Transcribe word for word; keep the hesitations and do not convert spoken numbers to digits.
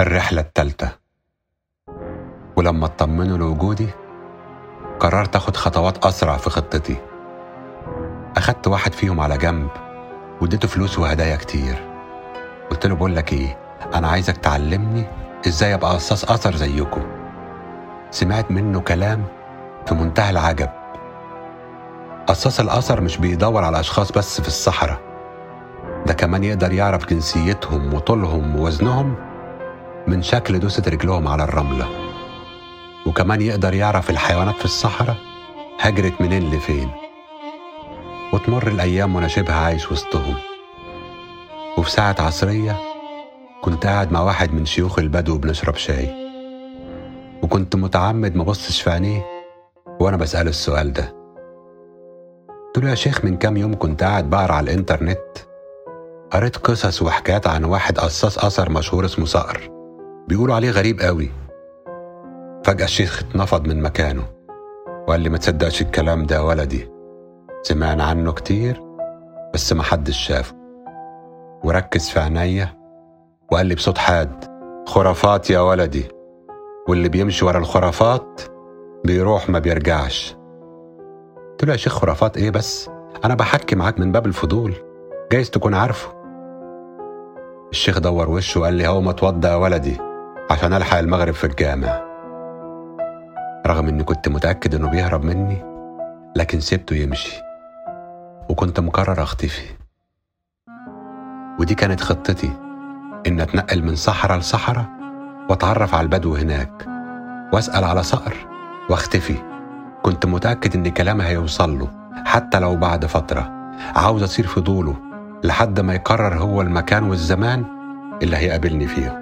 الرحلة التالتة. ولما اطمنوا لوجودي قررت اخد خطوات اسرع في خطتي. اخدت واحد فيهم على جنب واديته فلوس وهدايا كتير. قلت له بقول لك ايه، انا عايزك تعلمني ازاي ابقى قصاص اثر زيكم. سمعت منه كلام في منتهى العجب. قصاص الاثر مش بيدور على اشخاص بس في الصحراء، ده كمان يقدر يعرف جنسيتهم وطولهم ووزنهم من شكل دوسة رجلهم على الرملة، وكمان يقدر يعرف الحيوانات في الصحراء هجرت منين لفين. وتمر الأيام وأنا شبه عايش وسطهم. وفي ساعة عصرية كنت قاعد مع واحد من شيوخ البدو بنشرب شاي، وكنت متعمد ما بصش في عينيه وأنا بسأله السؤال ده. قلت له يا شيخ، من كام يوم كنت قاعد بقرا على الإنترنت، قريت قصص وحكايات عن واحد قصاص أثر مشهور اسمه صقر، بيقولوا عليه غريب قوي. فجأة الشيخ اتنفض من مكانه وقال لي ما تصدقش الكلام ده يا ولدي، سمعنا عنه كتير بس ما حدش شافه. وركز في عينيا وقال لي بصوت حاد: خرافات يا ولدي، واللي بيمشي ورا الخرافات بيروح ما بيرجعش. قلت له يا شيخ خرافات ايه بس، انا بحكي معاك من باب الفضول، جايز تكون عارفه. الشيخ دور وشه وقال لي هو ما اتوضى يا ولدي عشان الحق المغرب في الجامع. رغم اني كنت متأكد انه بيهرب مني، لكن سبته يمشي وكنت مقرر اختفي. ودي كانت خطتي، ان اتنقل من صحراء لصحراء واتعرف على البدو هناك واسأل على صقر واختفي. كنت متأكد ان كلامي هيوصل له حتى لو بعد فترة. عاوز اصير فضوله لحد ما يقرر هو المكان والزمان اللي هيقابلني فيه.